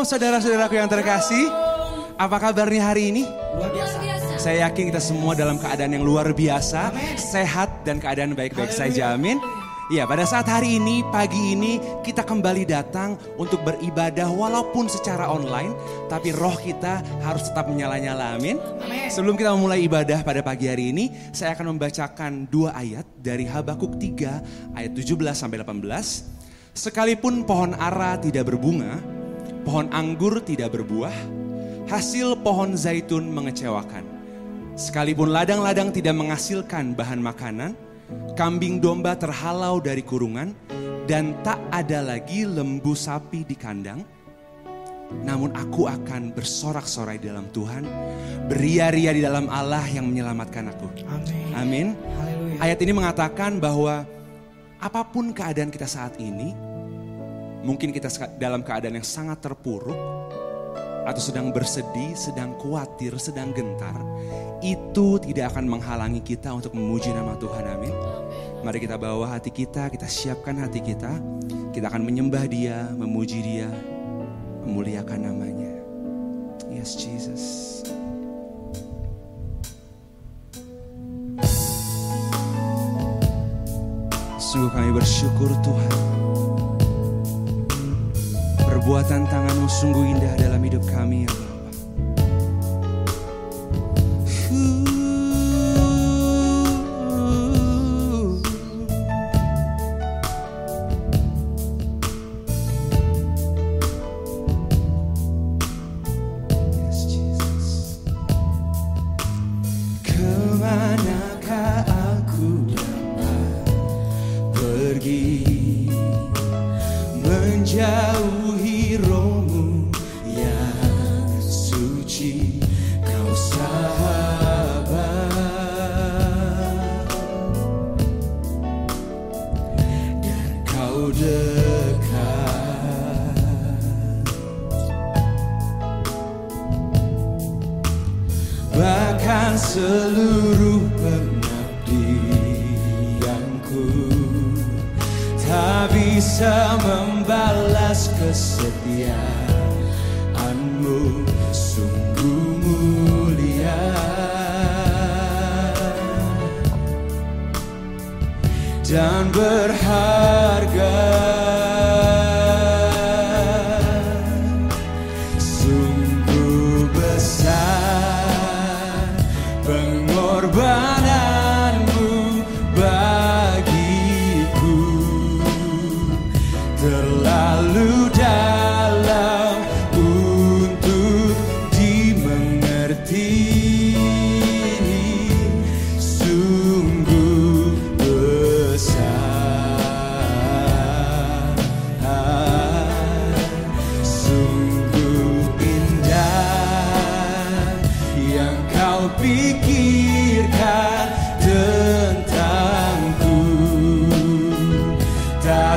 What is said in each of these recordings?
saudara-saudaraku yang terkasih. Apa kabarnya hari ini? Luar biasa. Saya yakin kita semua dalam keadaan yang luar biasa, sehat dan keadaan baik-baik saja, amin. Ya, pada saat hari ini, pagi ini kita kembali datang untuk beribadah walaupun secara online, tapi roh kita harus tetap menyala-nyala, amin. Sebelum kita memulai ibadah pada pagi hari ini, saya akan membacakan 2 ayat dari Habakuk 3 ayat 17-18. Sekalipun pohon ara tidak berbunga, pohon anggur tidak berbuah, hasil pohon zaitun mengecewakan. Sekalipun ladang-ladang tidak menghasilkan bahan makanan, kambing domba terhalau dari kurungan, dan tak ada lagi lembu sapi di kandang. Namun aku akan bersorak-sorai di dalam Tuhan, beria-ria di dalam Allah yang menyelamatkan aku. Amin. Amin. Haleluya. Ayat ini mengatakan bahwa apapun keadaan kita saat ini, mungkin kita dalam keadaan yang sangat terpuruk, atau sedang bersedih, sedang khawatir, sedang gentar, itu tidak akan menghalangi kita untuk memuji nama Tuhan, amin. Mari kita bawa hati kita siapkan hati kita akan menyembah Dia, memuji Dia, memuliakan namanya. Yes, Jesus. Sungguh kami bersyukur Tuhan. Perbuatan tangan-Mu sungguh indah dalam hidup kami ya Bapa. Yes, Jesus. Kemanakah aku dapat pergi menjauhi roh-Mu yang suci, Kau sahabat dan Kau dekat. Bahkan seluruh pengabdianku tak bisa membalas kesetiaan-Mu, sungguh mulia dan berharga. Sungguh besar pengorbanan-Mu bagiku, terlalu dalam untuk dimengerti. Sungguh besar, sungguh indah yang Kau pikirkan tentangku, tak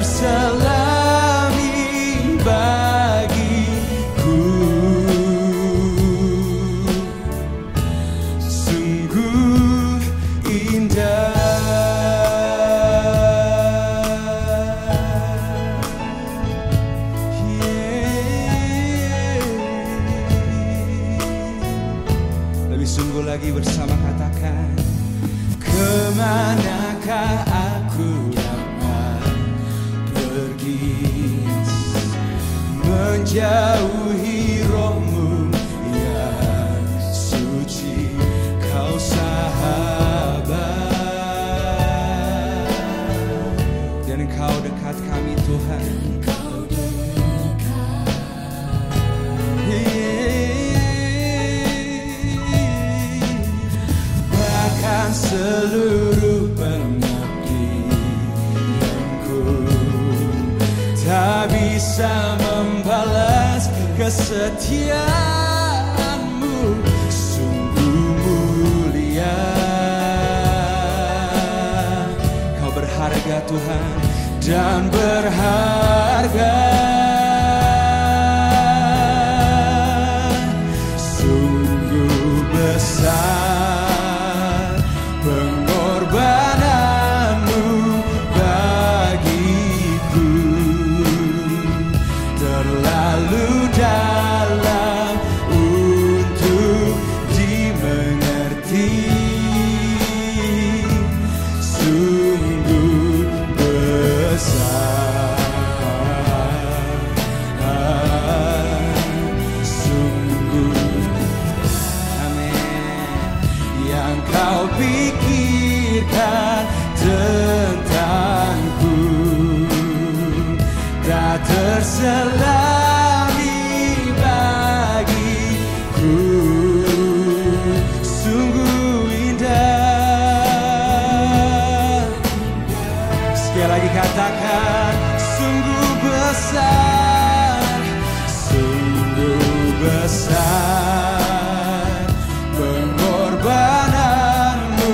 terselami bagiku. Sungguh indah. Lebih sungguh lagi bersama katakan, kemanakah aku dapat pergi menjauhi roh-Mu yang suci, Kau sahabat dan Kau dekat kami Tuhan. Bahkan seluruh pengabdianku tak bisa membalas kesetiaan-Mu, sungguh mulia. Kau berharga Tuhan dan berharga. Sungguh besar pengorbanan-Mu bagiku, terlalu pikirkan tentangku, tak terselami bagiku. Sungguh indah. Sekali lagi katakan, sungguh besar, sungguh besar pengorbananmu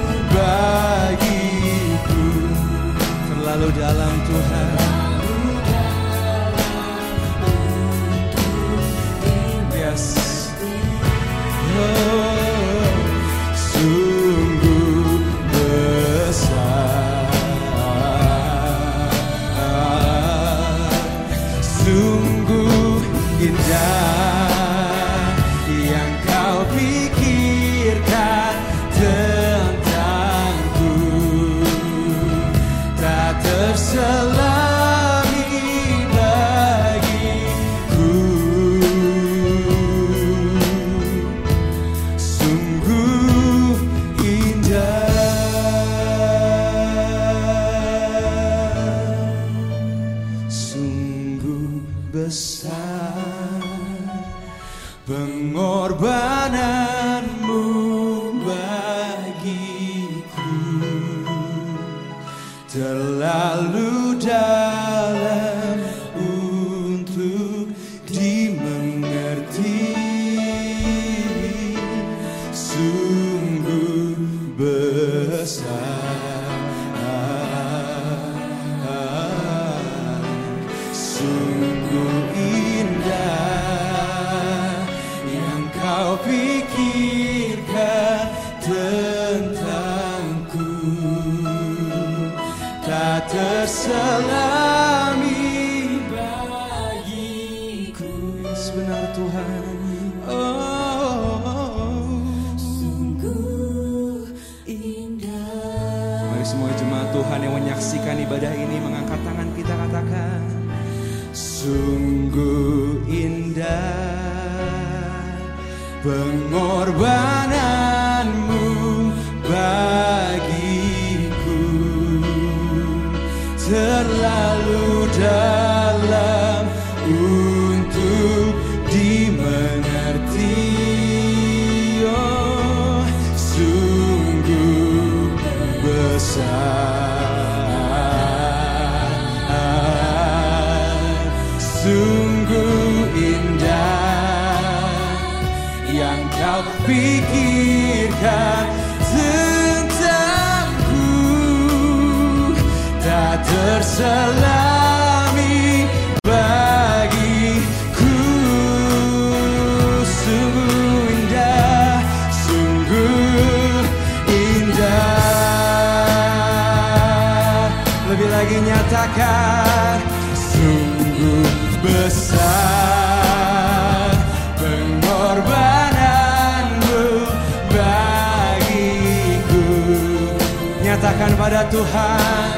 bagiku. Terlalu dalam Tuhan. Yes. Oh, sungguh besar, sungguh indah yang kau pikirkan tentangku, tak terselami bagiku. Sungguh indah, sungguh besar pengorbananmu bagiku, terlalu dalam untuk dimengerti. Sungguh besar, sungguh indah yang kau pikirkan tentangku, tak terselami bagiku. Sebenar Tuhan, oh, sungguh indah. mari semua jemaat Tuhan yang menyaksikan ibadah ini mengangkat tangan kita, katakan, sungguh indah pengorbananmu bagiku, terlalu dalam untuk dimengerti. Oh, sungguh besar, sungguh indah yang kau pikirkan tentangku, tak terselami bagiku. Sungguh indah, sungguh indah. Lebih lagi nyatakan, sungguh besar pengorbananmu bagiku. Nyatakan pada Tuhan,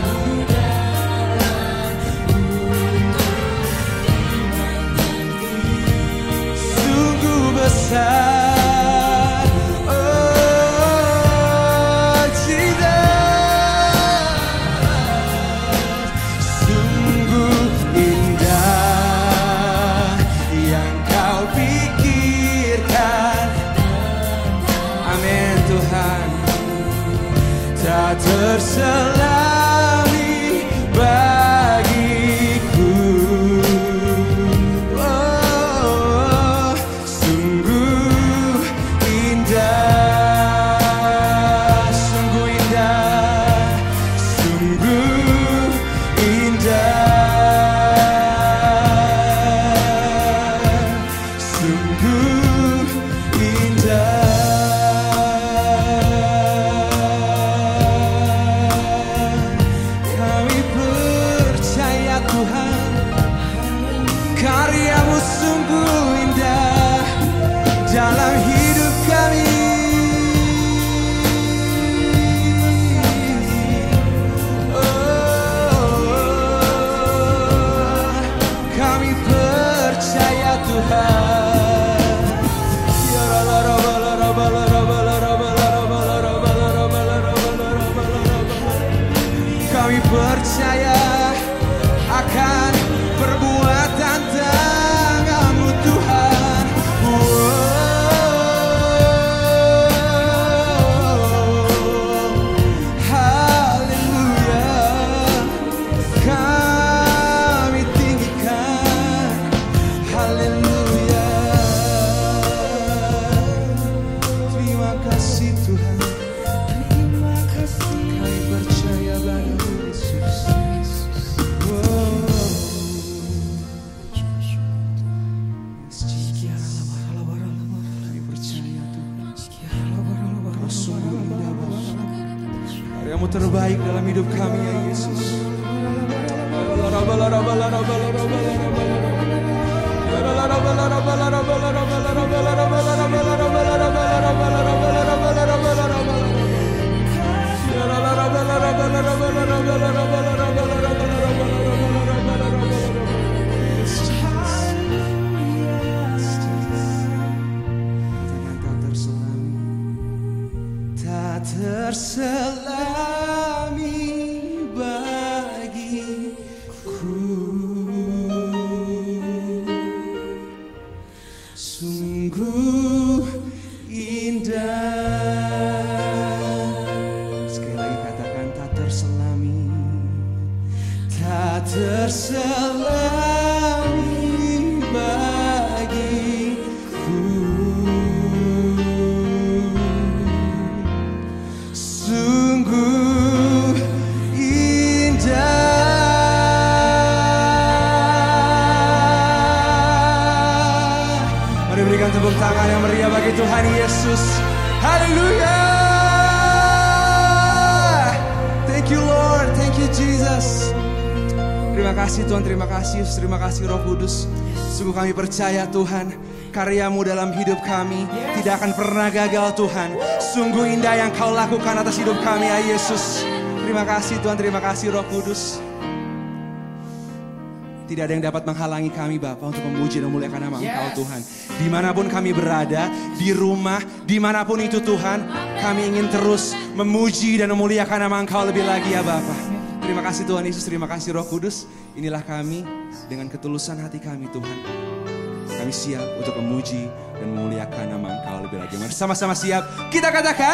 sungguh besar, oh Jesus, sungguh indah yang kau pikirkan. Amin Tuhan, tak terselami bagiku. Oh, sungguh indah, sungguh indah, sungguh indah, sungguh indah. karya-Mu terbaik dalam hidup kami ya Yesus. Tak terselami bagiku, sungguh indah. Sekali lagi katakan tak terselami, tak terselami bagiku, sungguh indah. Mari berikan tepuk tangan yang meriah bagi Tuhan Yesus. Haleluya. Thank you Lord, thank you Jesus. Terima kasih Tuhan, terima kasih Yesus, terima kasih Roh Kudus. Sungguh kami percaya Tuhan, karya-Mu dalam hidup kami tidak akan pernah gagal Tuhan. Sungguh indah yang Kau lakukan atas hidup kami ya Yesus. Terima kasih Tuhan, terima kasih Roh Kudus. Tidak ada yang dapat menghalangi kami Bapa untuk memuji dan memuliakan nama Engkau Tuhan. Dimanapun kami berada, di rumah, dimanapun itu Tuhan, kami ingin terus memuji dan memuliakan nama Engkau lebih lagi ya Bapa. Terima kasih Tuhan Yesus, terima kasih Roh Kudus. Inilah kami dengan ketulusan hati kami Tuhan. Kami siap untuk memuji dan memuliakan nama Engkau lebih lagi. Mari sama-sama siap, kita katakan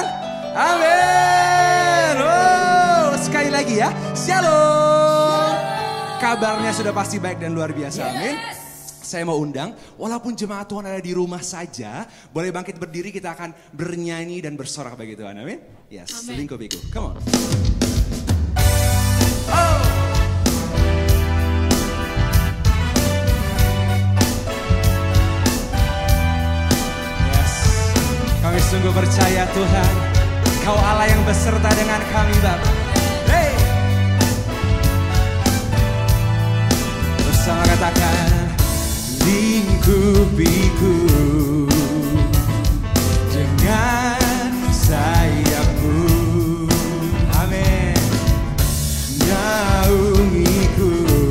amin. Oh, sekali lagi ya, shalom. Kabarnya sudah pasti baik dan luar biasa, amin. Saya mau undang, walaupun jemaat Tuhan ada di rumah saja, boleh bangkit berdiri, kita akan bernyanyi dan bersorak bagi Tuhan, amin. Yes, lingkupiku, come on. Oh. Yes, kami sungguh percaya Tuhan, Kau Allah yang beserta dengan kami Bapa. Hey. Bersama katakan, lingkupiku dengan sayap-Mu, amin. Naungiku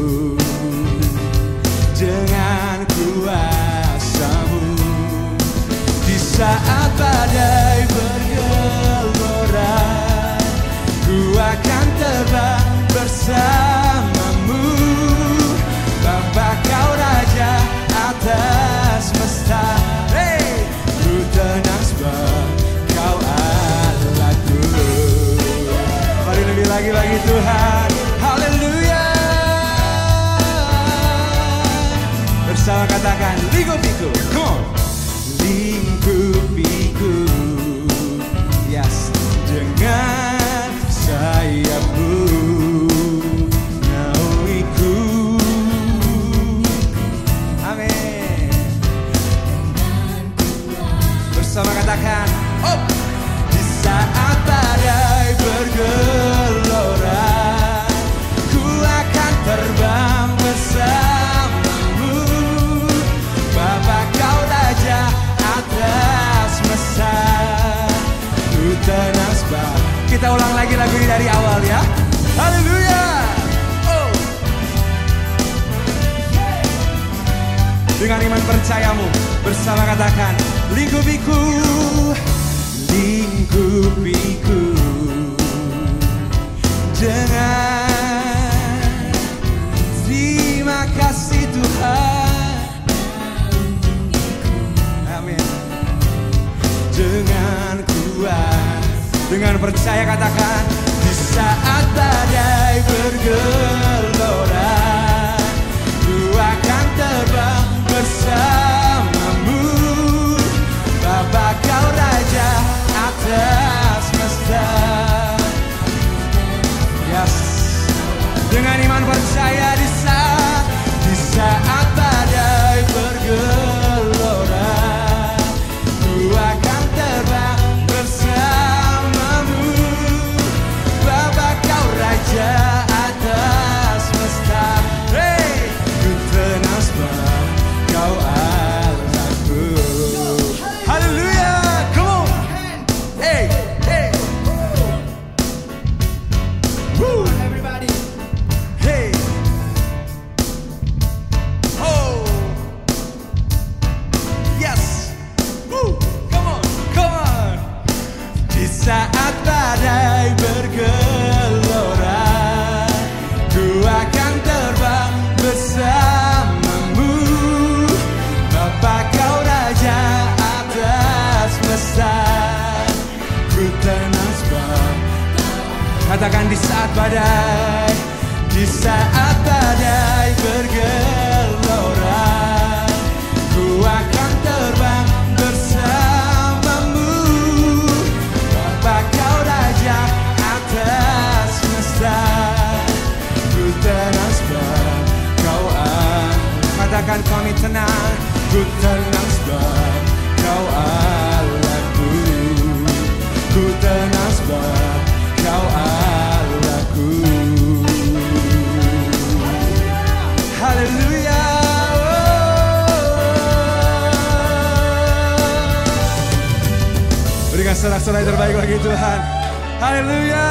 dengan kuasa-Mu, di saat badai bergelora, ku akan terbang bersama-Mu. Bapa Kau Raja atas semesta, hey, ku tenang sebab Kau Allahku. Mari lebih lagi bagi Tuhan, haleluya. Bersama katakan lingkupiku, come on. Lingkupiku, yes, dengan sayap-Mu. Sama katakan, oh, di saat badai bergelora, ku akan terbang bersama-Mu. Bapa Kau Raja atas semesta, ku tenang sebab. Kita ulang lagi lagu ini dari awal ya. Haleluya. Oh. Dengan iman percayamu, bersama katakan, lingkupiku, lingkupiku dengan terima kasih Tuhan, amin. Dengan kuat, dengan percaya katakan, di saat badai bergelora, ku akan terbang bersama-Mu. Bapa Kau Raja atas semesta, yes. Dengan iman percaya di saat badai bergelora, ku akan terbang bersama-Mu. Bapa Katakan di saat badai, di saat badai bergelora, ku akan terbang bersamamu. Bapa kau raja atas semesta, ku tenang sebab kau katakan kami tenang, ku tenang sebab kau Allahku, ku tenang sebab kau Allahku. Haleluya. Berikan sorak-sorai terbaik bagi Tuhan. Haleluya.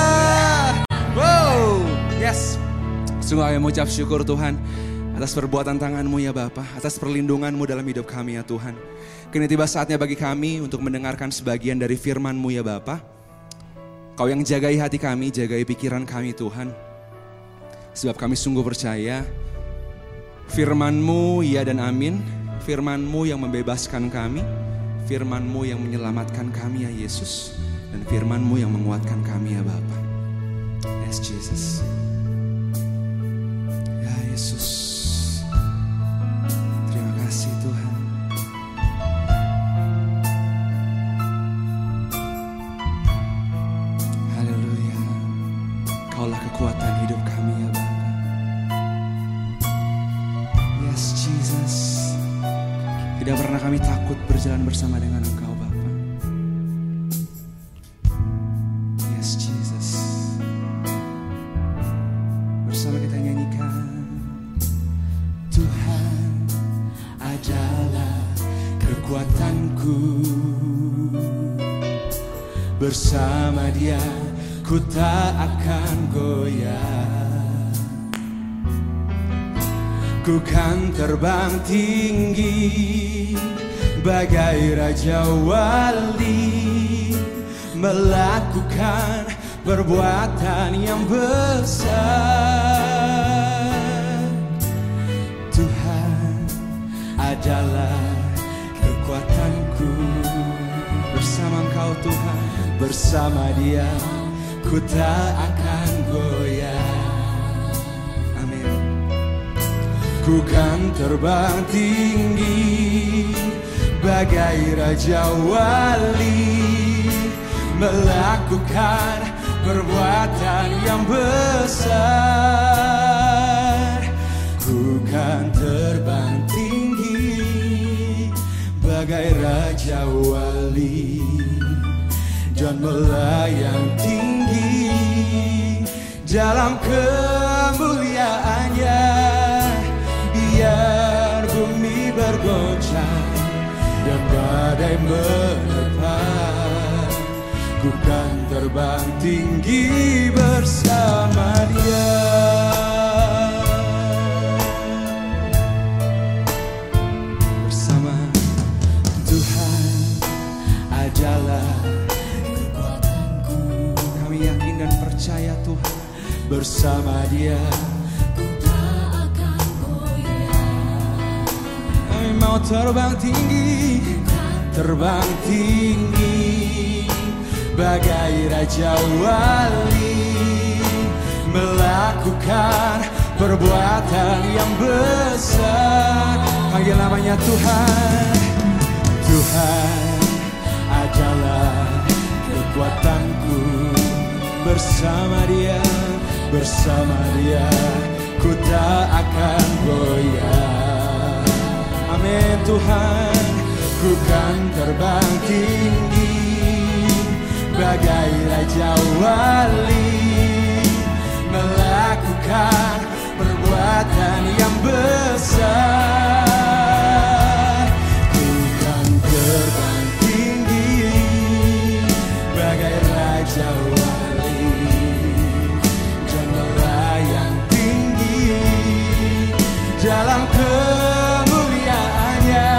Wow. Yes. Sungguh kami mengucap syukur Tuhan atas perbuatan tangan-Mu ya Bapa, atas perlindungan-Mu dalam hidup kami ya Tuhan. Kini tiba saatnya bagi kami untuk mendengarkan sebagian dari firman-Mu ya Bapa. Kau yang jagai hati kami, jagai pikiran kami Tuhan. Sebab kami sungguh percaya firman-Mu ya dan amin. Firman-Mu yang membebaskan kami, firman-Mu yang menyelamatkan kami ya Yesus, dan firman-Mu yang menguatkan kami ya Bapa. Yes Jesus. Ya Yesus. Terima kasih Tuhan. Haleluya. Kaulah kekuatan hidup kami ya Bapa. Yes Jesus. Tidak pernah kami takut berjalan bersama dengan Engkau Bapa. Yes Jesus. Bersama kita nyanyikan. Tuhan adalah kekuatanku, bersama Dia ku tak akan goyah. Ku kan terbang tinggi bagai Raja Wali, melakukan perbuatan yang besar. Tuhan adalah kekuatanku, bersama Engkau Tuhan, bersama Dia ku tak akan goyah. Amin. Ku kan terbang tinggi bagai Raja Wali, melakukan perbuatan yang besar. Ku kan terbang tinggi bagai Raja Wali, dan melayang tinggi dalam kemuliaannya. Biar bumi bergoncang dan badai menerpa, ku kan terbang tinggi bersama Dia. Bersama Tuhan adalah kekuatanku. Kami yakin dan percaya Tuhan, bersama Dia ku tak akan goyah. Kami mau terbang tinggi, terbang tinggi bagai Raja Wali, melakukan perbuatan yang besar. Panggil namanya Tuhan. Tuhan adalah kekuatanku, bersama Dia, bersama Dia ku tak akan goyah. Amin Tuhan. Ku kan terbang tinggi bagai Raja Wali, melakukan perbuatan yang besar. Ku kan terbang tinggi bagai Raja Wali, dan melayang tinggi dalam kemuliaannya.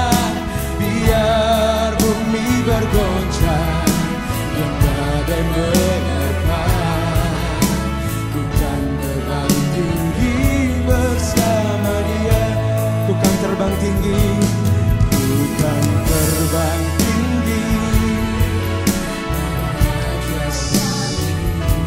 Biar bumi bergoncang dan badai menerpa, ku kan terbang tinggi bersama Dia. Ku kan terbang tinggi, ku kan terbang tinggi. Yes.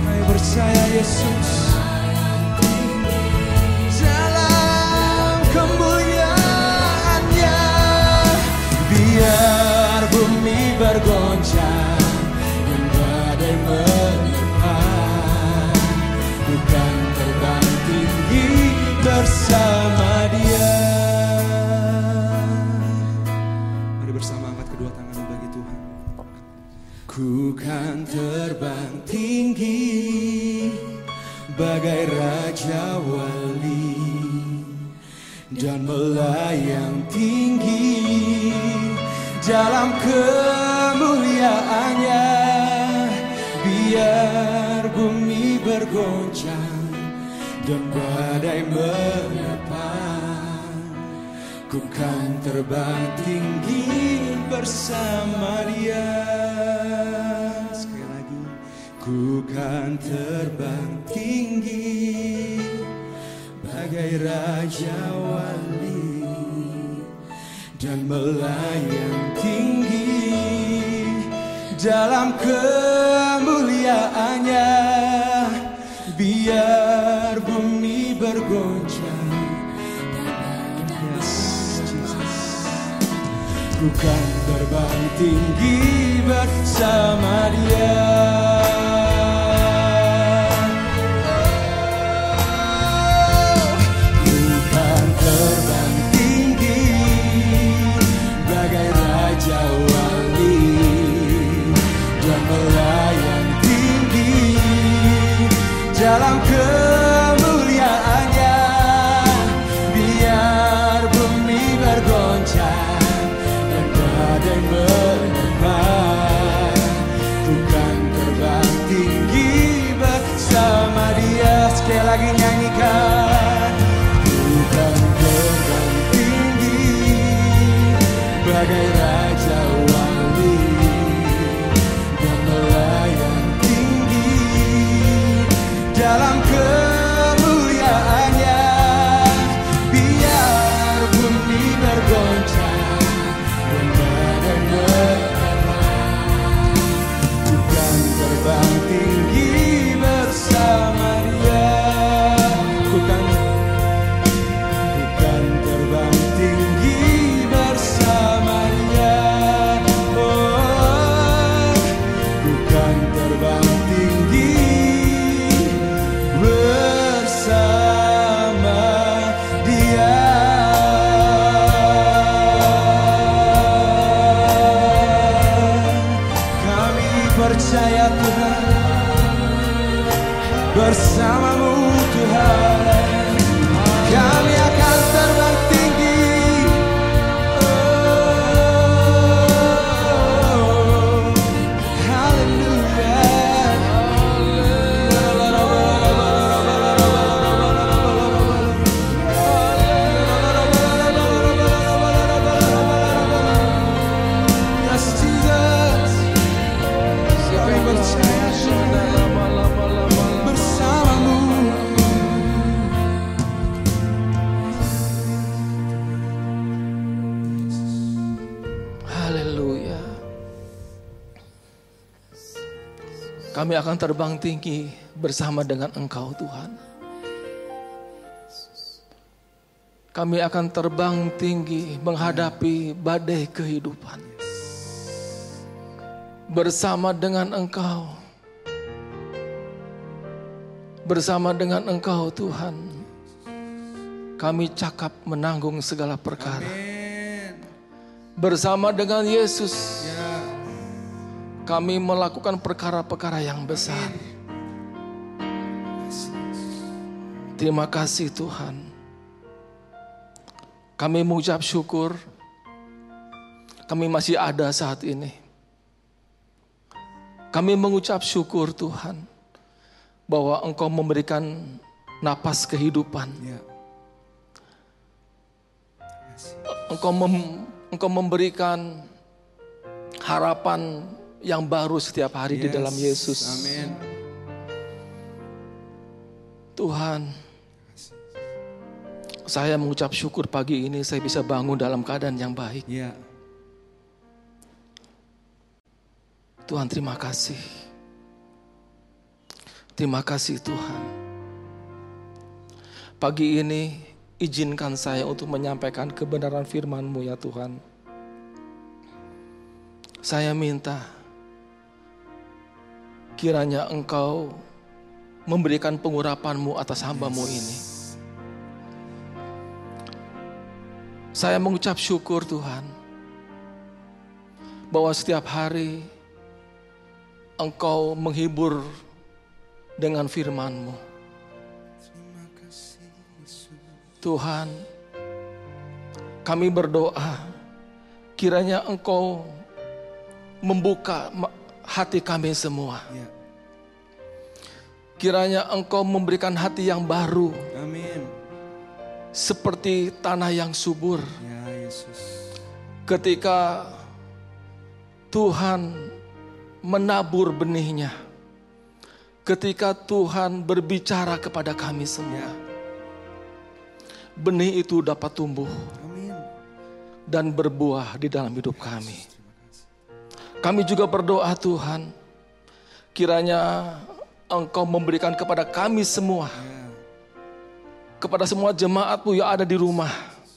bergoncang dan badai menerpa, bukan terbang tinggi bersama Dia. Mari bersama angkat kedua tanganmu bagi Tuhan. Ku kan terbang tinggi bagai Raja Wali dan melayang tinggi dalam kemuliaannya. Biar bumi bergoncang dan badai menerpa, ku kan terbang tinggi bersama Dia. Sekali lagi. Ku kan terbang tinggi bagai Raja Wali dan melayang tinggi dalam kemuliaannya. Biar bumi bergoncang, yes, Jesus. Ku kan terbang tinggi bersama Dia. Ku kan terbang tinggi bagai Raja Wali dan melayang tinggi dalam kemuliaannya. Biar bumi bergoncang dan badai menerpa, ku kan terbang tinggi bersama Dia. Sekali lagi nyanyikan. Ku kan terbang tinggi bagai Raja Wali dan melayang tinggi dalam kemuliaannya. Biar bumi bergoncang dan badai menerpa, ku kan terbang tinggi bersama Dia. Ku kan terbang tinggi bersama Dia. Oh, ku kan terbang tinggi bersama Dia. Kami percaya Tuhan, bersama-Mu Tuhan, kami akan terbang tinggi. Oh, haleluya. Yes, Jesus. Kami percaya bersama-Mu. Haleluya. Kami akan terbang tinggi bersama dengan Engkau Tuhan. Kami akan terbang tinggi menghadapi badai kehidupan. Bersama dengan Engkau. Bersama dengan Engkau Tuhan. Kami cakap menanggung segala perkara. Bersama dengan Yesus. Kami melakukan perkara-perkara yang besar. Terima kasih Tuhan. Kami mengucap syukur. Kami masih ada saat ini. Kami mengucap syukur Tuhan. Bahwa Engkau memberikan napas kehidupan. Engkau memberikan harapan yang baru setiap hari di dalam Yesus. Amin. Tuhan, saya mengucap syukur pagi ini saya bisa bangun dalam keadaan yang baik. Ya. Tuhan, terima kasih. Terima kasih Tuhan. Pagi ini izinkan saya untuk menyampaikan kebenaran firman-Mu ya Tuhan. Saya minta kiranya Engkau memberikan pengurapan-Mu atas hamba-Mu ini. Saya mengucap syukur Tuhan, bahwa setiap hari Engkau menghibur dengan firman-Mu. Tuhan, kami berdoa kiranya Engkau membuka hati kami semua. Kiranya Engkau memberikan hati yang baru. Amin. Seperti tanah yang subur. Ya Yesus. Ketika Tuhan menabur benihnya. Ketika Tuhan berbicara kepada kami semua. Benih itu dapat tumbuh. Amin. Dan berbuah di dalam hidup kami. Kami juga berdoa Tuhan, kiranya Engkau memberikan kepada kami semua, kepada semua jemaat-Mu yang ada di rumah,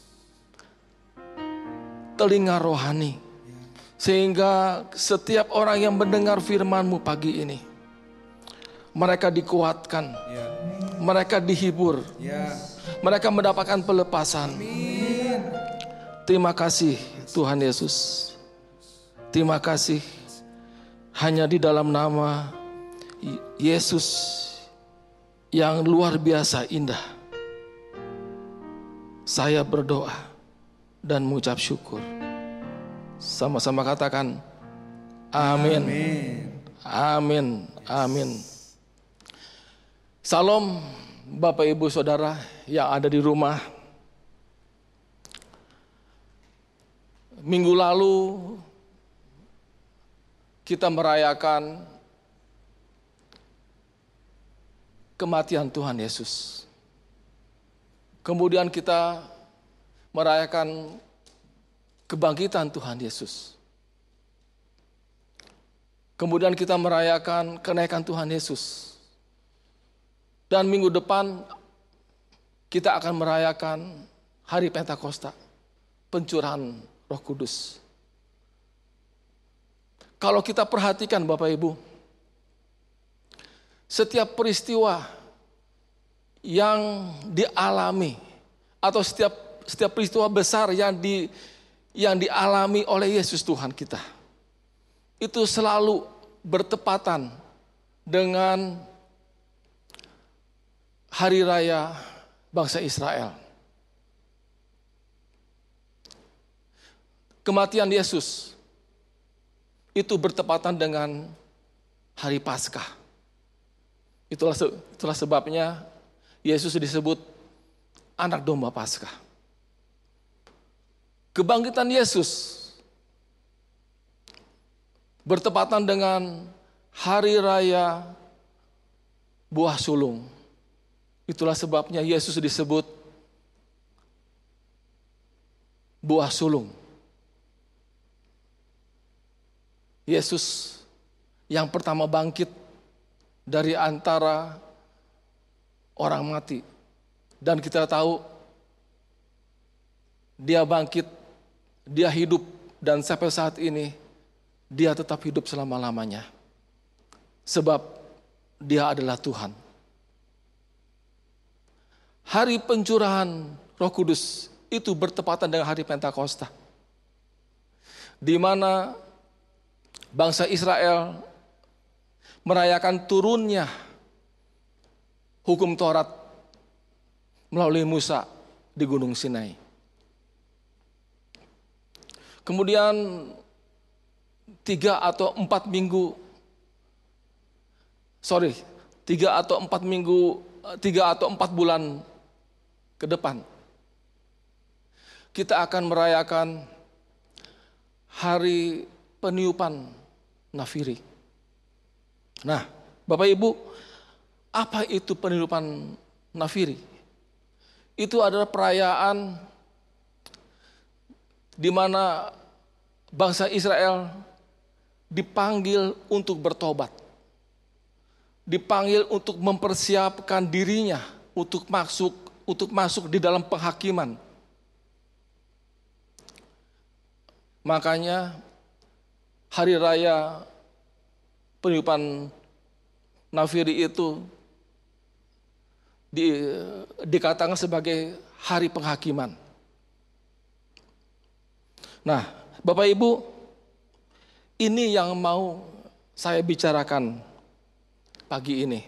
telinga rohani. Sehingga setiap orang yang mendengar firman-Mu pagi ini, mereka dikuatkan, mereka dihibur, mereka mendapatkan pelepasan. Terima kasih Tuhan Yesus. Terima kasih, hanya di dalam nama Yesus yang luar biasa indah, saya berdoa dan mengucap syukur. Sama-sama katakan amin. Amin. Amin. Salam Bapak Ibu Saudara yang ada di rumah. Minggu lalu kita merayakan kematian Tuhan Yesus. Kemudian kita merayakan kebangkitan Tuhan Yesus. Kemudian kita merayakan kenaikan Tuhan Yesus. Dan minggu depan kita akan merayakan hari Pentakosta, pencurahan Roh Kudus. Kalau kita perhatikan Bapak Ibu, setiap peristiwa yang dialami atau setiap peristiwa besar yang dialami oleh Yesus Tuhan kita, itu selalu bertepatan dengan hari raya bangsa Israel. Kematian Yesus itu bertepatan dengan hari Paskah. Itulah sebabnya Yesus disebut anak domba Paskah. Kebangkitan Yesus bertepatan dengan hari raya buah sulung. Itulah sebabnya Yesus disebut buah sulung. Yesus yang pertama bangkit dari antara orang mati. Dan kita tahu dia bangkit, dia hidup, dan sampai saat ini dia tetap hidup selama-lamanya. Sebab dia adalah Tuhan. Hari pencurahan Roh Kudus itu bertepatan dengan hari Pentakosta, di mana bangsa Israel merayakan turunnya hukum Taurat melalui Musa di Gunung Sinai. Kemudian 3 atau 4 bulan ke depan kita akan merayakan hari peniupan Nafiri. Nah, Bapak Ibu, apa itu peniupan Nafiri? Itu adalah perayaan di mana bangsa Israel dipanggil untuk bertobat. Dipanggil untuk mempersiapkan dirinya untuk masuk di dalam penghakiman. Makanya hari raya peniupan Nafiri itu dikatakan sebagai hari penghakiman. Nah, Bapak Ibu, ini yang mau saya bicarakan pagi ini.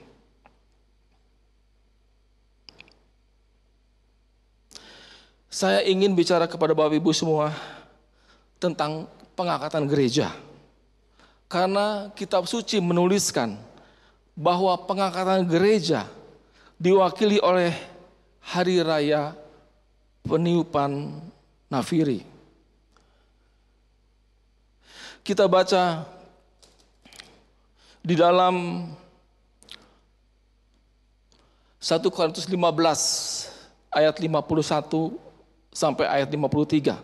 Saya ingin bicara kepada Bapak Ibu semua tentang pengangkatan gereja. Karena kitab suci menuliskan bahwa pengangkatan gereja diwakili oleh hari raya peniupan Nafiri. Kita baca di dalam 1 Korintus 15 ayat 51 sampai ayat 53.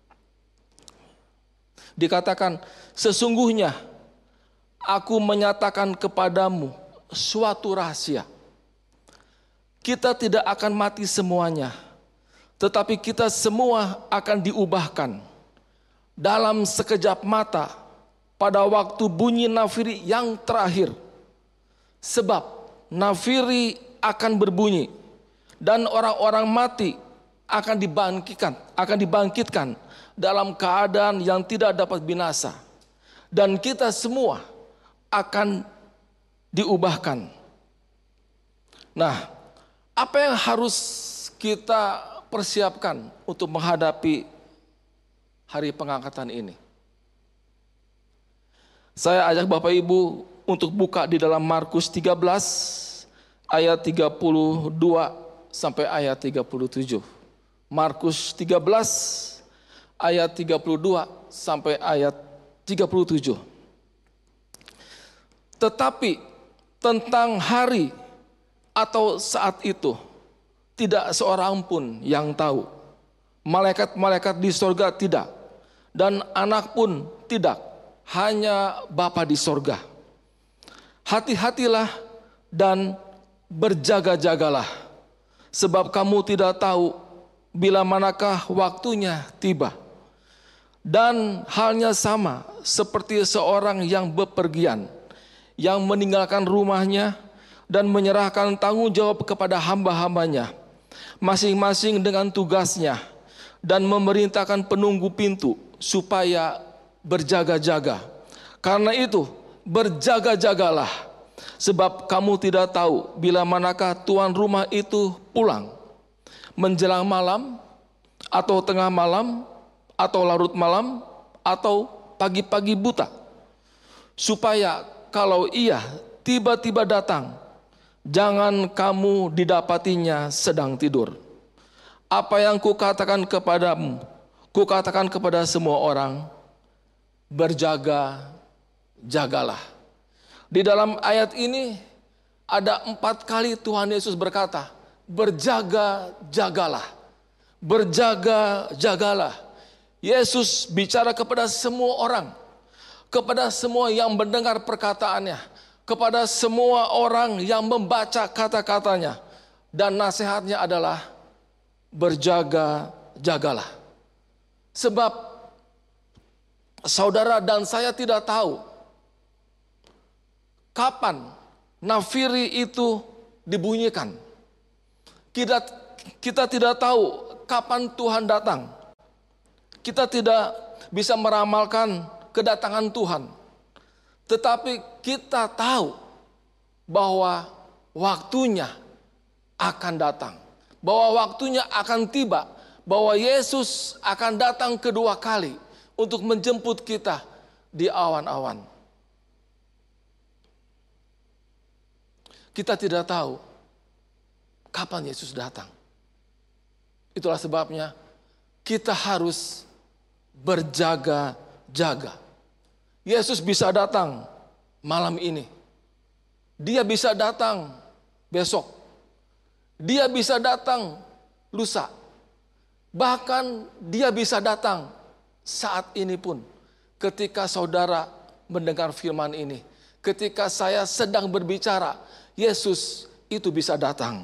Dikatakan, sesungguhnya aku menyatakan kepadamu suatu rahasia. Kita tidak akan mati semuanya, tetapi kita semua akan diubahkan dalam sekejap mata pada waktu bunyi nafiri yang terakhir. Sebab nafiri akan berbunyi dan orang-orang mati akan dibangkitkan dalam keadaan yang tidak dapat binasa, dan kita semua akan diubahkan. Nah, apa yang harus kita persiapkan untuk menghadapi hari pengangkatan ini? Saya ajak Bapak Ibu untuk buka di dalam Markus 13 ayat 32 sampai ayat 37. Markus 13 ayat 32 sampai ayat 37. Tetapi tentang hari atau saat itu tidak seorang pun yang tahu. Malaikat-malaikat di sorga tidak, dan anak pun tidak, hanya Bapa di sorga. Hati-hatilah dan berjaga-jagalah, sebab kamu tidak tahu bila manakah waktunya tiba. Dan halnya sama seperti seorang yang bepergian, yang meninggalkan rumahnya dan menyerahkan tanggung jawab kepada hamba-hambanya, masing-masing dengan tugasnya, dan memerintahkan penunggu pintu supaya berjaga-jaga. Karena itu berjaga-jagalah, sebab kamu tidak tahu bila manakah tuan rumah itu pulang, menjelang malam, atau tengah malam, atau larut malam, atau pagi-pagi buta, supaya kalau ia tiba-tiba datang, jangan kamu didapatinya sedang tidur. Apa yang kukatakan kepadamu, kukatakan kepada semua orang, berjaga-jagalah. Di dalam ayat ini ada 4 kali Tuhan Yesus berkata, berjaga-jagalah, berjaga-jagalah. Yesus bicara kepada semua orang, kepada semua yang mendengar perkataannya, kepada semua orang yang membaca kata-katanya, dan nasihatnya adalah berjaga-jagalah. Sebab saudara dan saya tidak tahu kapan nafiri itu dibunyikan. Kita tidak tahu kapan Tuhan datang. Kita tidak bisa meramalkan kedatangan Tuhan. Tetapi kita tahu bahwa waktunya akan datang. Bahwa waktunya akan tiba. Bahwa Yesus akan datang kedua kali untuk menjemput kita di awan-awan. Kita tidak tahu kapan Yesus datang. Itulah sebabnya kita harus berjaga-jaga. Yesus bisa datang malam ini. Dia bisa datang besok. Dia bisa datang lusa. Bahkan dia bisa datang saat ini pun. Ketika saudara mendengar firman ini, ketika saya sedang berbicara, Yesus itu bisa datang.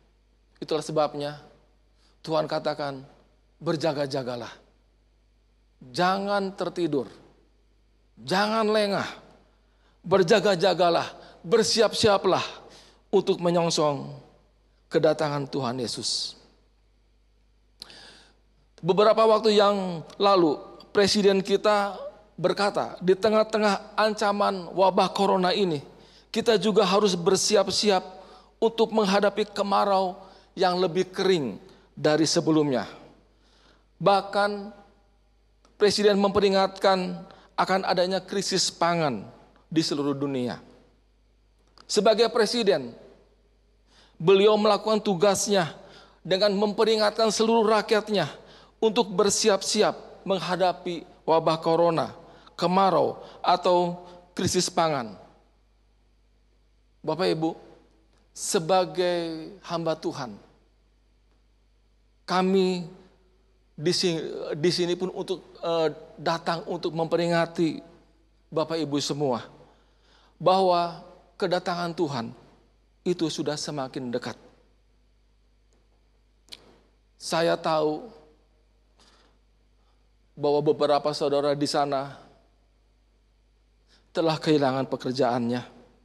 Itulah sebabnya Tuhan katakan, berjaga-jagalah. jangan tertidur, jangan lengah, berjaga-jagalah, bersiap-siaplah untuk menyongsong kedatangan Tuhan Yesus. Beberapa waktu yang lalu, Presiden kita berkata, di tengah-tengah ancaman wabah corona ini, kita juga harus bersiap-siap untuk menghadapi kemarau yang lebih kering dari sebelumnya. Bahkan Presiden memperingatkan akan adanya krisis pangan di seluruh dunia. Sebagai Presiden, beliau melakukan tugasnya dengan memperingatkan seluruh rakyatnya untuk bersiap-siap menghadapi wabah corona, kemarau, atau krisis pangan. Bapak Ibu, sebagai hamba Tuhan, kami di sini pun untuk datang untuk memperingati Bapak Ibu semua bahwa kedatangan Tuhan itu sudah semakin dekat. Saya tahu bahwa beberapa saudara di sana telah kehilangan pekerjaannya,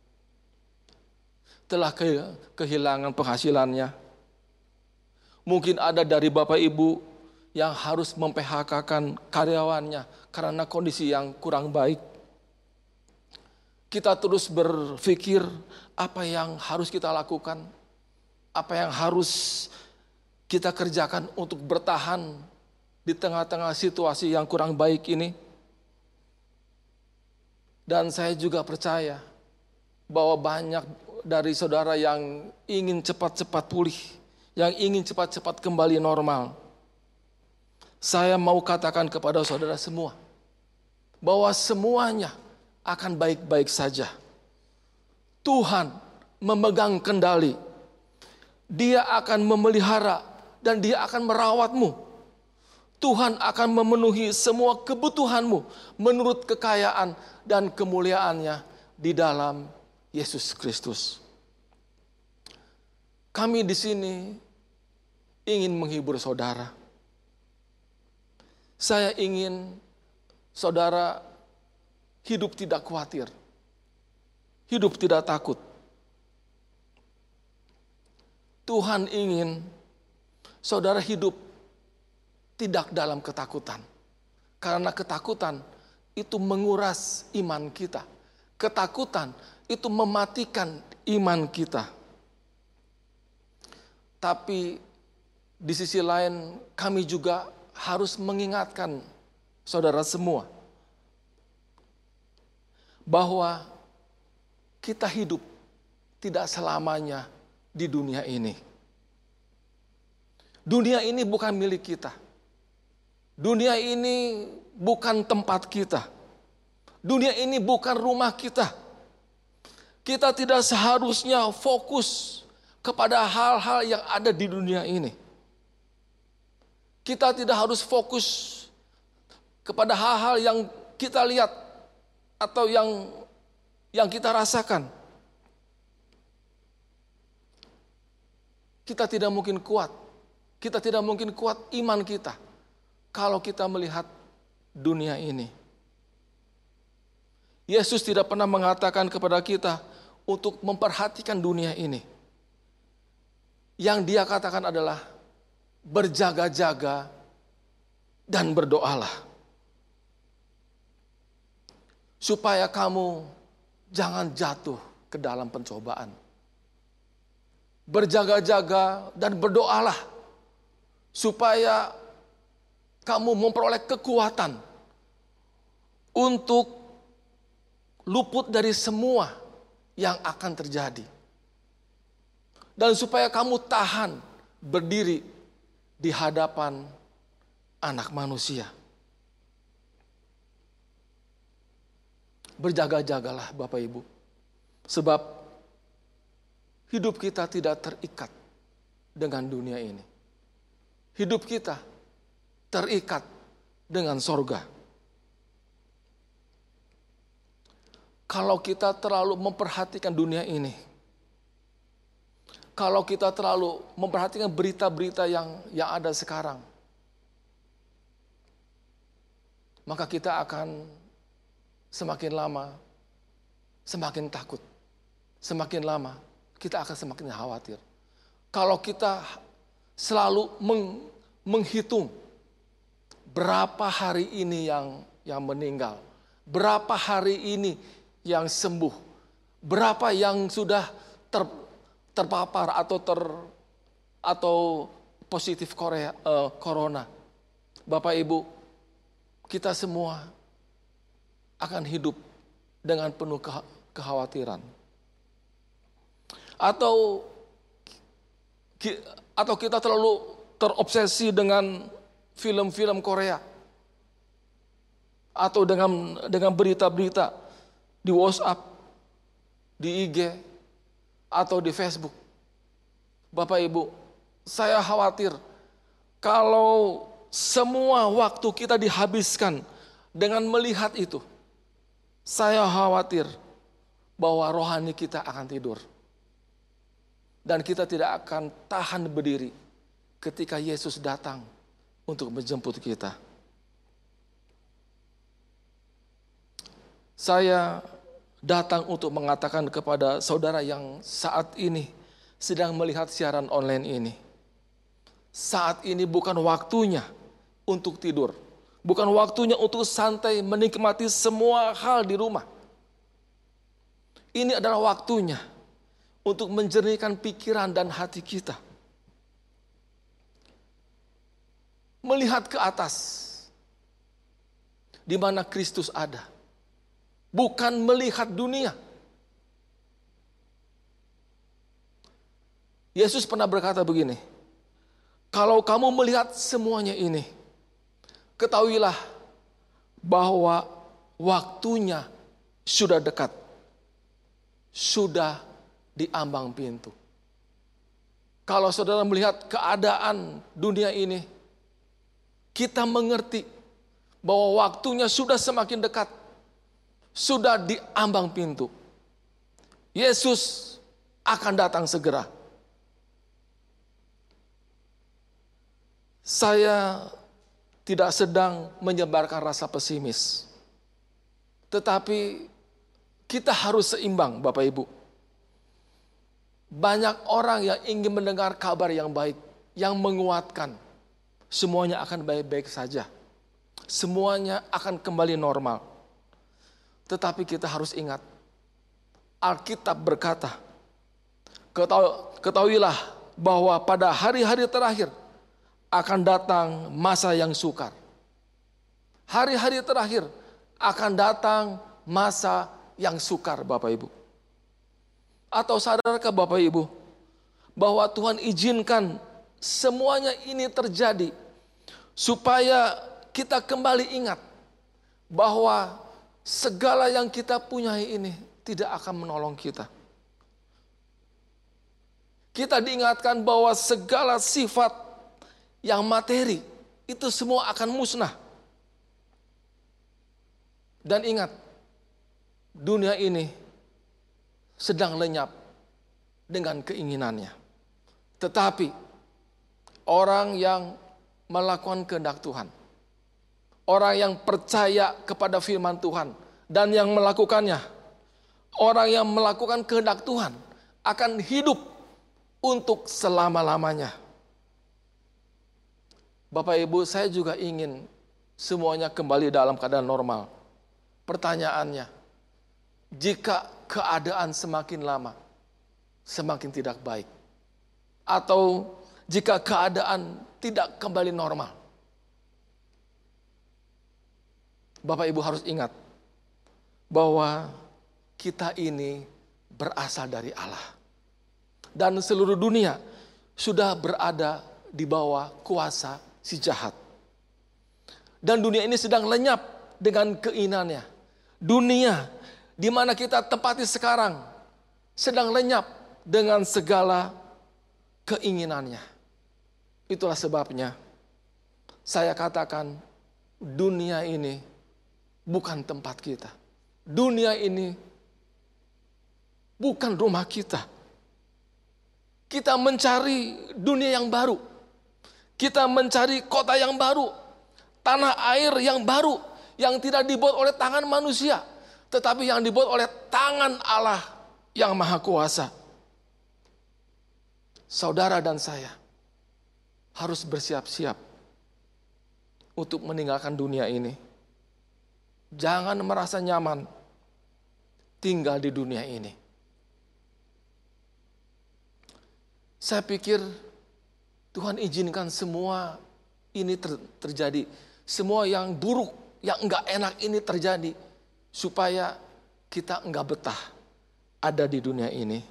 telah kehilangan penghasilannya. Mungkin ada dari Bapak Ibu yang harus mem-PHK-kan karyawannya karena kondisi yang kurang baik. Kita terus berpikir apa yang harus kita lakukan, apa yang harus kita kerjakan untuk bertahan di tengah-tengah situasi yang kurang baik ini. Dan saya juga percaya bahwa banyak dari saudara yang ingin cepat-cepat pulih, yang ingin cepat-cepat kembali normal. Saya mau katakan kepada saudara semua, bahwa semuanya akan baik-baik saja. Tuhan memegang kendali. Dia akan memelihara dan Dia akan merawatmu. Tuhan akan memenuhi semua kebutuhanmu menurut kekayaan dan kemuliaannya di dalam Yesus Kristus. Kami di sini ingin menghibur saudara. Saya ingin saudara hidup tidak khawatir, hidup tidak takut. Tuhan ingin saudara hidup tidak dalam ketakutan. Karena ketakutan itu menguras iman kita. Ketakutan itu mematikan iman kita. Tapi di sisi lain kami juga harus mengingatkan saudara semua bahwa kita hidup tidak selamanya di dunia ini. Dunia ini bukan milik kita. Dunia ini bukan tempat kita. Dunia ini bukan rumah kita. Kita tidak seharusnya fokus kepada hal-hal yang ada di dunia ini. Kita tidak harus fokus kepada hal-hal yang kita lihat atau yang kita rasakan. Kita tidak mungkin kuat. Kita tidak mungkin kuat iman kita kalau kita melihat dunia ini. Yesus tidak pernah mengatakan kepada kita untuk memperhatikan dunia ini. Yang Dia katakan adalah berjaga-jaga dan berdoalah. Supaya kamu jangan jatuh ke dalam pencobaan. Berjaga-jaga dan berdoalah. Supaya kamu memperoleh kekuatan untuk luput dari semua yang akan terjadi. Dan supaya kamu tahan berdiri di hadapan Anak Manusia. Berjaga-jagalah Bapak Ibu. Sebab hidup kita tidak terikat dengan dunia ini. Hidup kita terikat dengan sorga. Kalau kita terlalu memperhatikan dunia ini, kalau kita terlalu memperhatikan berita-berita yang ada sekarang, maka kita akan semakin lama semakin takut. Semakin lama kita akan semakin khawatir. Kalau kita selalu menghitung berapa hari ini yang meninggal, berapa hari ini yang sembuh, berapa yang sudah terpapar atau positif corona. Bapak Ibu, kita semua akan hidup dengan penuh kekhawatiran. Atau kita terlalu terobsesi dengan film-film Korea. Atau dengan berita-berita di WhatsApp, di IG, atau di Facebook. Bapak Ibu, saya khawatir kalau semua waktu kita dihabiskan dengan melihat itu, saya khawatir bahwa rohani kita akan tidur. Dan kita tidak akan tahan berdiri ketika Yesus datang untuk menjemput kita. Saya datang untuk mengatakan kepada saudara yang saat ini sedang melihat siaran online ini. Saat ini bukan waktunya untuk tidur. Bukan waktunya untuk santai menikmati semua hal di rumah. Ini adalah waktunya untuk menjernihkan pikiran dan hati kita. Melihat ke atas, di mana Kristus ada. Bukan melihat dunia. Yesus pernah berkata begini, kalau kamu melihat semuanya ini, ketahuilah bahwa waktunya sudah dekat. Sudah di ambang pintu. Kalau saudara melihat keadaan dunia ini, kita mengerti bahwa waktunya sudah semakin dekat. Sudah di ambang pintu. Yesus akan datang segera. Saya tidak sedang menyebarkan rasa pesimis. Tetapi kita harus seimbang, Bapak Ibu. Banyak orang yang ingin mendengar kabar yang baik, yang menguatkan. Semuanya akan baik-baik saja. Semuanya akan kembali normal. Tetapi kita harus ingat, Alkitab berkata, ketahuilah bahwa pada hari-hari terakhir akan datang masa yang sukar. Hari-hari terakhir akan datang masa yang sukar, Bapak Ibu. Atau sadarkah Bapak Ibu bahwa Tuhan izinkan semuanya ini terjadi supaya kita kembali ingat bahwa segala yang kita punyai ini tidak akan menolong kita. Kita diingatkan bahwa segala sifat yang materi itu semua akan musnah. Dan ingat, dunia ini sedang lenyap dengan keinginannya. Tetapi orang yang melakukan kehendak Tuhan, orang yang percaya kepada firman Tuhan dan yang melakukannya, orang yang melakukan kehendak Tuhan akan hidup untuk selama-lamanya. Bapak Ibu, saya juga ingin semuanya kembali dalam keadaan normal. Pertanyaannya, jika keadaan semakin lama, semakin tidak baik. Atau jika keadaan tidak kembali normal. Bapak Ibu harus ingat bahwa kita ini berasal dari Allah. Dan seluruh dunia sudah berada di bawah kuasa si jahat. Dan dunia ini sedang lenyap dengan keinginannya. Dunia di mana kita tempati sekarang sedang lenyap dengan segala keinginannya. Itulah sebabnya saya katakan dunia ini bukan tempat kita. Dunia ini bukan rumah kita. Kita mencari dunia yang baru. Kita mencari kota yang baru. Tanah air yang baru yang tidak dibuat oleh tangan manusia, tetapi yang dibuat oleh tangan Allah yang Maha Kuasa. Saudara dan saya harus bersiap-siap untuk meninggalkan dunia ini. Jangan merasa nyaman tinggal di dunia ini. Saya pikir Tuhan izinkan semua ini terjadi. Semua yang buruk, yang enggak enak ini terjadi. Supaya kita enggak betah ada di dunia ini.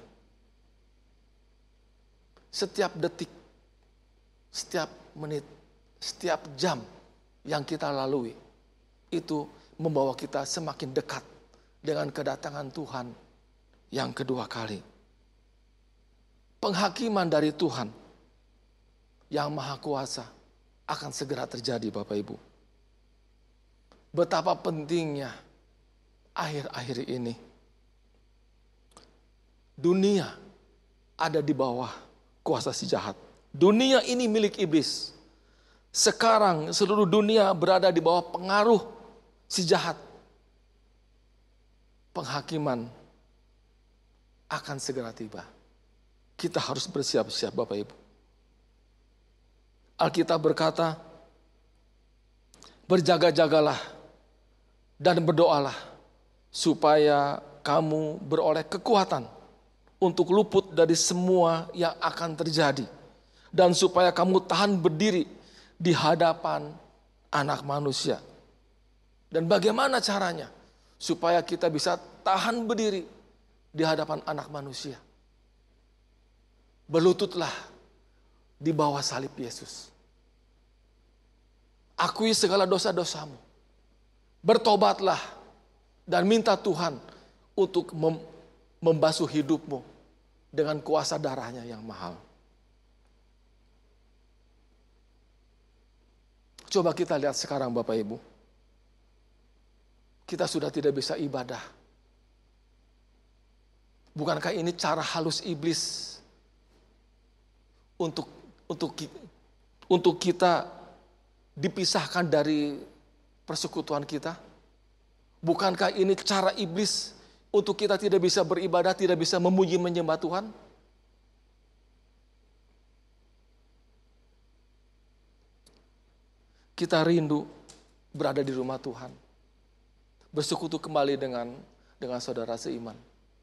Setiap detik, setiap menit, setiap jam yang kita lalui, itu membawa kita semakin dekat dengan kedatangan Tuhan yang kedua kali. Penghakiman dari Tuhan yang Maha Kuasa akan segera terjadi, Bapak Ibu. Betapa pentingnya akhir-akhir ini. Dunia ada di bawah kuasa si jahat. Dunia ini milik iblis. Sekarang seluruh dunia berada di bawah pengaruh si jahat. Penghakiman akan segera tiba. Kita harus bersiap-siap, Bapak Ibu. Alkitab berkata, berjaga-jagalah dan berdoalah supaya kamu beroleh kekuatan untuk luput dari semua yang akan terjadi, dan supaya kamu tahan berdiri di hadapan Anak Manusia. Dan bagaimana caranya supaya kita bisa tahan berdiri di hadapan Anak Manusia? Berlututlah di bawah salib Yesus. Akui segala dosa-dosamu. Bertobatlah dan minta Tuhan untuk membasuh hidupmu dengan kuasa darahnya yang mahal. Coba kita lihat sekarang, Bapak Ibu. Kita sudah tidak bisa ibadah. Bukankah ini cara halus iblis untuk kita dipisahkan dari persekutuan kita? Bukankah ini cara iblis untuk kita tidak bisa beribadah, tidak bisa memuji menyembah Tuhan? Kita rindu berada di rumah Tuhan, bersekutu kembali dengan saudara seiman.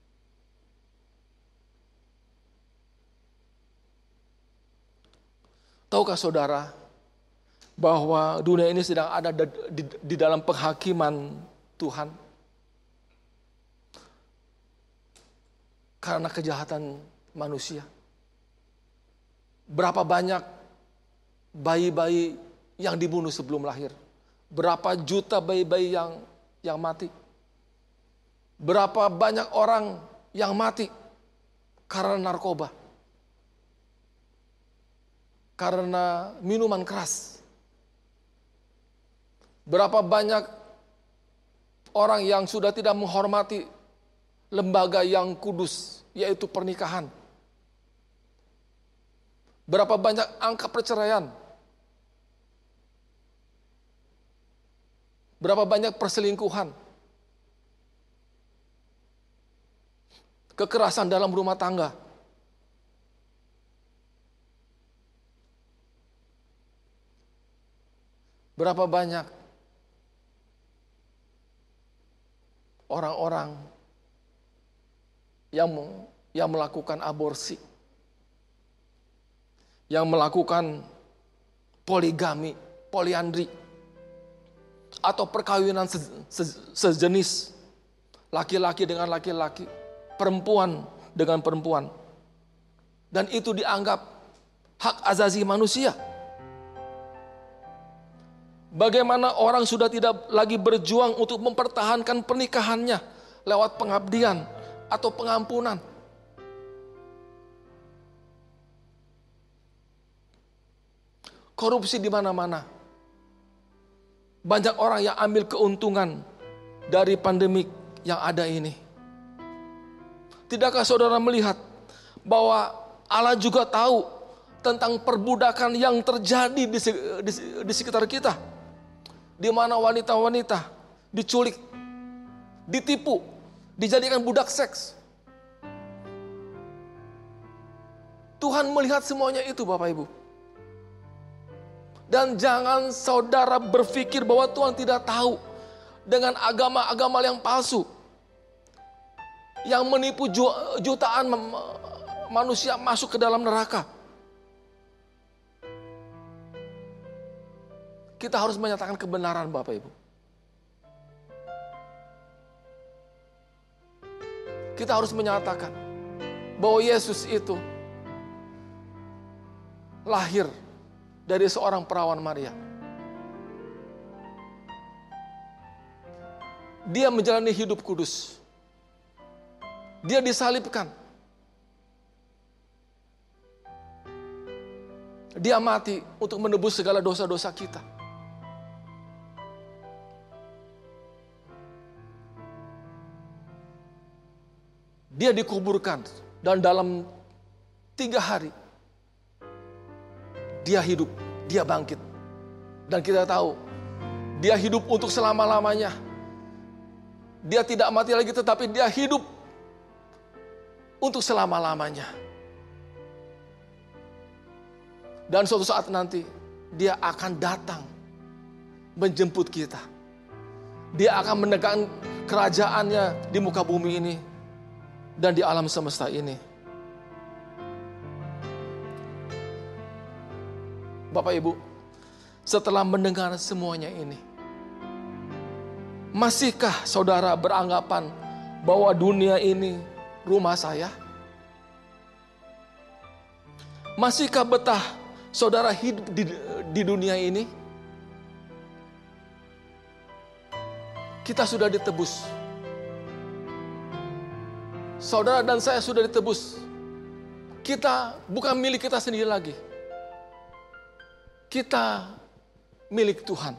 Tahukah saudara bahwa dunia ini sedang ada di dalam penghakiman Tuhan? Karena kejahatan manusia. Berapa banyak bayi-bayi yang dibunuh sebelum lahir? Berapa juta bayi-bayi yang mati? Berapa banyak orang yang mati karena narkoba? Karena minuman keras? Berapa banyak orang yang sudah tidak menghormati lembaga yang kudus, yaitu pernikahan? Berapa banyak angka perceraian? Berapa banyak perselingkuhan? Kekerasan dalam rumah tangga? Berapa banyak orang-orang yang melakukan aborsi, yang melakukan poligami, poliandri, atau perkawinan sejenis, laki-laki dengan laki-laki, perempuan dengan perempuan, dan itu dianggap hak azazi manusia. Bagaimana orang sudah tidak lagi berjuang untuk mempertahankan pernikahannya lewat pengabdian atau pengampunan. Korupsi di mana-mana. Banyak orang yang ambil keuntungan dari pandemik yang ada ini. Tidakkah saudara melihat bahwa Allah juga tahu tentang perbudakan yang terjadi di sekitar kita? Di mana wanita-wanita diculik, ditipu, dijadikan budak seks. Tuhan melihat semuanya itu Bapak Ibu. Dan jangan saudara berpikir bahwa Tuhan tidak tahu dengan agama-agama yang palsu. Yang menipu jutaan manusia masuk ke dalam neraka. Kita harus menyatakan kebenaran Bapak Ibu. Kita harus menyatakan bahwa Yesus itu lahir dari seorang perawan Maria. Dia menjalani hidup kudus. Dia disalibkan. Dia mati untuk menebus segala dosa-dosa kita. Dia dikuburkan dan dalam 3 hari dia hidup, dia bangkit. Dan kita tahu, dia hidup untuk selama-lamanya. Dia tidak mati lagi, tetapi dia hidup untuk selama-lamanya. Dan suatu saat nanti, dia akan datang menjemput kita. Dia akan menegakkan kerajaannya di muka bumi ini dan di alam semesta ini. Bapak Ibu, setelah mendengar semuanya ini, masihkah saudara beranggapan bahwa dunia ini rumah saya? Masihkah betah saudara hidup di dunia ini? Kita sudah ditebus. Saudara dan saya sudah ditebus. Kita bukan milik kita sendiri lagi. Kita milik Tuhan.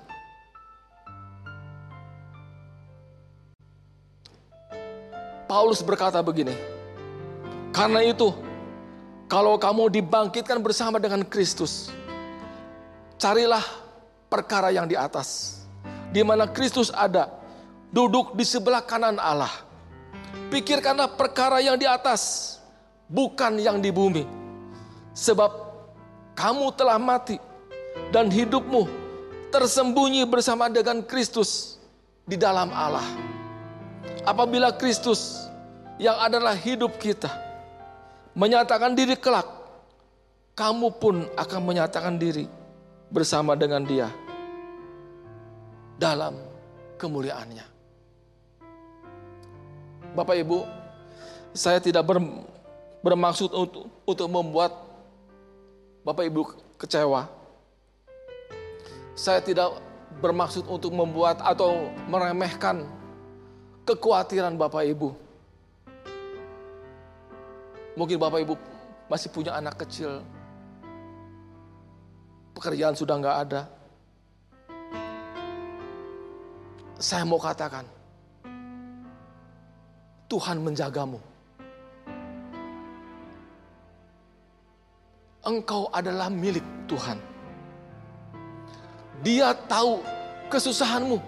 Paulus berkata begini, karena itu, kalau kamu dibangkitkan bersama dengan Kristus, carilah perkara yang di atas, di mana Kristus ada, duduk di sebelah kanan Allah. Pikirkanlah perkara yang di atas, bukan yang di bumi. Sebab kamu telah mati, dan hidupmu tersembunyi bersama dengan Kristus di dalam Allah. Apabila Kristus yang adalah hidup kita menyatakan diri kelak, kamu pun akan menyatakan diri bersama dengan Dia dalam kemuliaannya. Bapak Ibu, saya tidak bermaksud untuk membuat Bapak Ibu kecewa. Saya tidak bermaksud untuk membuat atau meremehkan kekhawatiran Bapak Ibu. Mungkin Bapak Ibu masih punya anak kecil, pekerjaan sudah nggak ada. Saya mau katakan, Tuhan menjagamu. Engkau adalah milik Tuhan. Dia tahu kesusahanmu.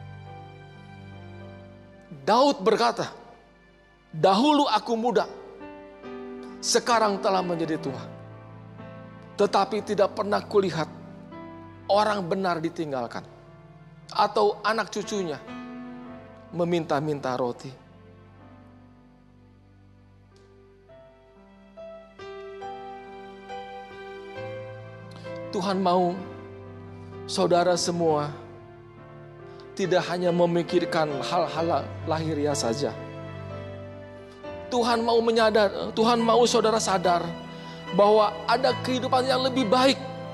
Daud berkata, dahulu aku muda, sekarang telah menjadi tua. Tetapi tidak pernah kulihat orang benar ditinggalkan, atau anak cucunya meminta-minta roti. Tuhan mau saudara semua tidak hanya memikirkan hal-hal lahiriah saja. Tuhan mau saudara sadar bahwa ada kehidupan yang lebih baik,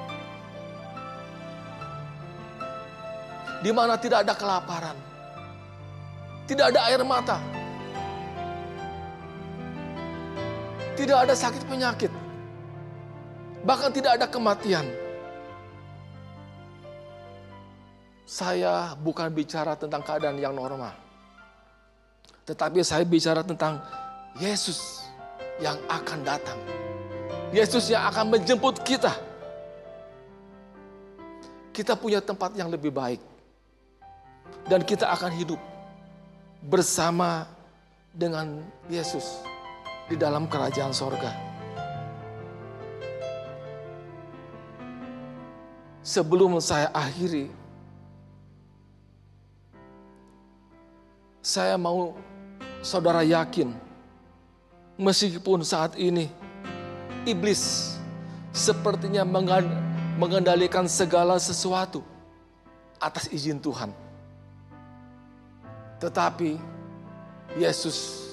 di mana tidak ada kelaparan, tidak ada air mata, tidak ada sakit penyakit, bahkan tidak ada kematian. Saya bukan bicara tentang keadaan yang normal, tetapi saya bicara tentang Yesus yang akan datang. Yesus yang akan menjemput kita. Kita punya tempat yang lebih baik. Dan kita akan hidup bersama dengan Yesus di dalam kerajaan sorga. Sebelum saya akhiri, saya mau saudara yakin, meskipun saat ini iblis sepertinya mengendalikan segala sesuatu atas izin Tuhan. Tetapi Yesus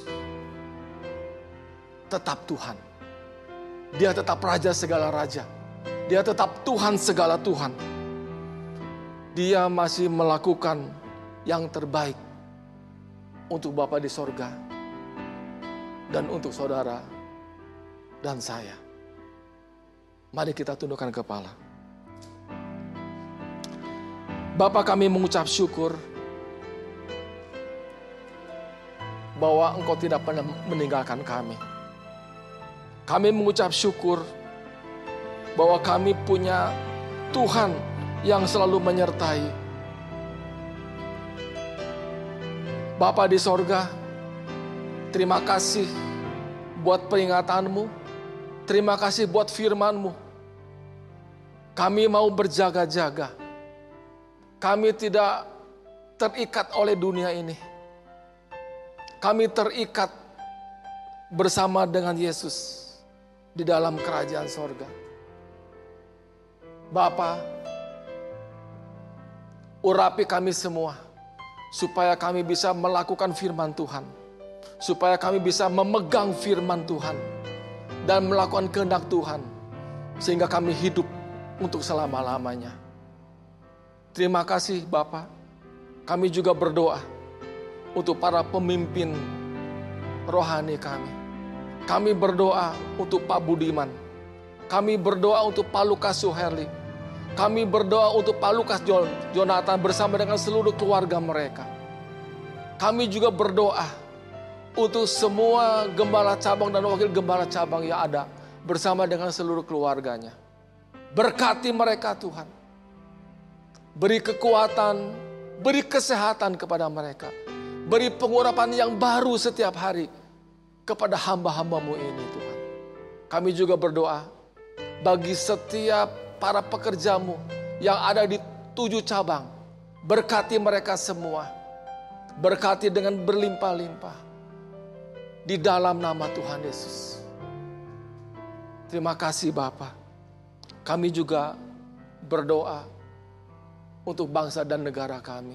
tetap Tuhan. Dia tetap Raja segala raja. Dia tetap Tuhan segala Tuhan. Dia masih melakukan yang terbaik untuk Bapa di sorga dan untuk saudara dan saya. Mari kita tundukkan kepala. Bapa, kami mengucap syukur bahwa Engkau tidak pernah meninggalkan kami. Kami mengucap syukur bahwa kami punya Tuhan yang selalu menyertai. Bapa di sorga, terima kasih buat peringatanmu, terima kasih buat firman-Mu. Kami mau berjaga-jaga. Kami tidak terikat oleh dunia ini. Kami terikat bersama dengan Yesus di dalam kerajaan sorga. Bapa, urapi kami semua supaya kami bisa melakukan firman Tuhan, supaya kami bisa memegang firman Tuhan dan melakukan kehendak Tuhan, sehingga kami hidup untuk selama-lamanya. Terima kasih Bapa. Kami juga berdoa untuk para pemimpin rohani kami. Kami berdoa untuk Pak Budiman. Kami berdoa untuk Pak Lukas Suherli. Kami berdoa untuk Pak Lukas Jonathan bersama dengan seluruh keluarga mereka. Kami juga berdoa untuk semua gembala cabang dan wakil gembala cabang yang ada bersama dengan seluruh keluarganya. Berkati mereka Tuhan. Beri kekuatan, beri kesehatan kepada mereka. Beri pengurapan yang baru setiap hari kepada hamba-hamba-Mu ini Tuhan. Kami juga berdoa bagi setiap para pekerja-Mu yang ada di 7 cabang. Berkati mereka semua. Berkati dengan berlimpah-limpah. Di dalam nama Tuhan Yesus. Terima kasih Bapa. Kami juga berdoa untuk bangsa dan negara kami.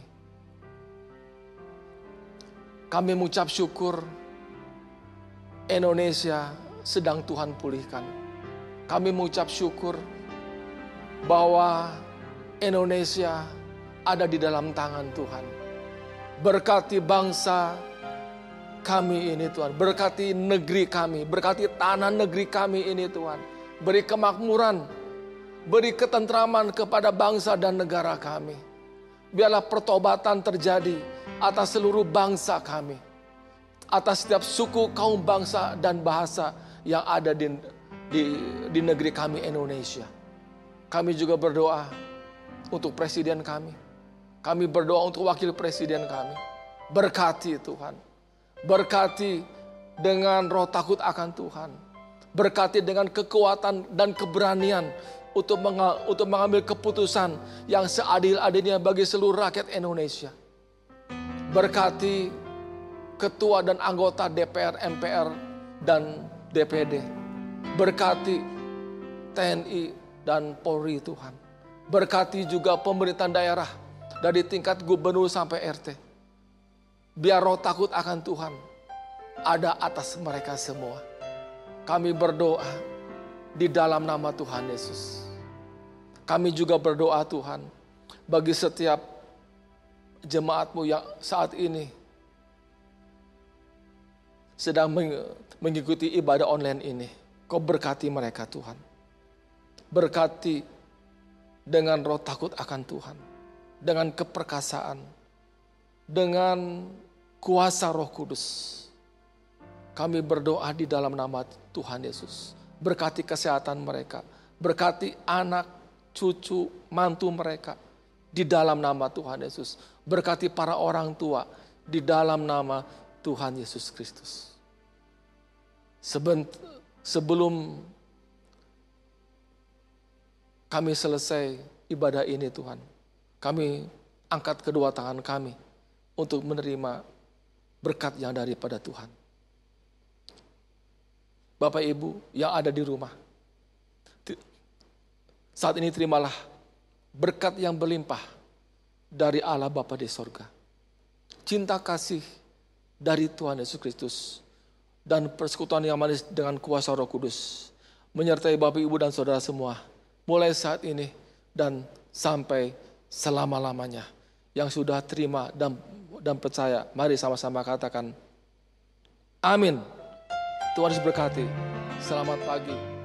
Kami mengucap syukur Indonesia sedang Tuhan pulihkan. Kami mengucap syukur bahwa Indonesia ada di dalam tangan Tuhan. Berkati bangsa kami ini Tuhan. Berkati negeri kami. Berkati tanah negeri kami ini Tuhan. Beri kemakmuran. Beri ketentraman kepada bangsa dan negara kami. Biarlah pertobatan terjadi atas seluruh bangsa kami. Atas setiap suku, kaum, bangsa, dan bahasa yang ada di negeri kami Indonesia. Kami juga berdoa untuk presiden kami. Kami berdoa untuk wakil presiden kami. Berkati Tuhan. Berkati dengan roh takut akan Tuhan. Berkati dengan kekuatan dan keberanian untuk mengambil keputusan yang seadil-adilnya bagi seluruh rakyat Indonesia. Berkati ketua dan anggota DPR, MPR, dan DPD. Berkati TNI dan Polri Tuhan. Berkati juga pemerintahan daerah dari tingkat gubernur sampai RT. Biar roh takut akan Tuhan ada atas mereka semua. Kami berdoa di dalam nama Tuhan Yesus. Kami juga berdoa Tuhan bagi setiap jemaat-Mu yang saat ini sedang mengikuti ibadah online ini. Kau berkati mereka Tuhan. Berkati dengan roh takut akan Tuhan. Dengan keperkasaan. Dengan kuasa Roh Kudus. Kami berdoa di dalam nama Tuhan Yesus. Berkati kesehatan mereka. Berkati anak, cucu, mantu mereka. Di dalam nama Tuhan Yesus. Berkati para orang tua di dalam nama Tuhan Yesus Kristus. Sebelum kami selesai ibadah ini Tuhan, kami angkat kedua tangan kami untuk menerima berkat yang daripada Tuhan. Bapak Ibu yang ada di rumah, saat ini terimalah berkat yang berlimpah dari Allah Bapa di sorga. Cinta kasih dari Tuhan Yesus Kristus dan persekutuan yang manis dengan kuasa Roh Kudus menyertai Bapak Ibu dan saudara semua mulai saat ini dan sampai selama-lamanya. Yang sudah terima dan percaya, mari sama-sama katakan amin. Tuhan Yesus berkati. Selamat pagi.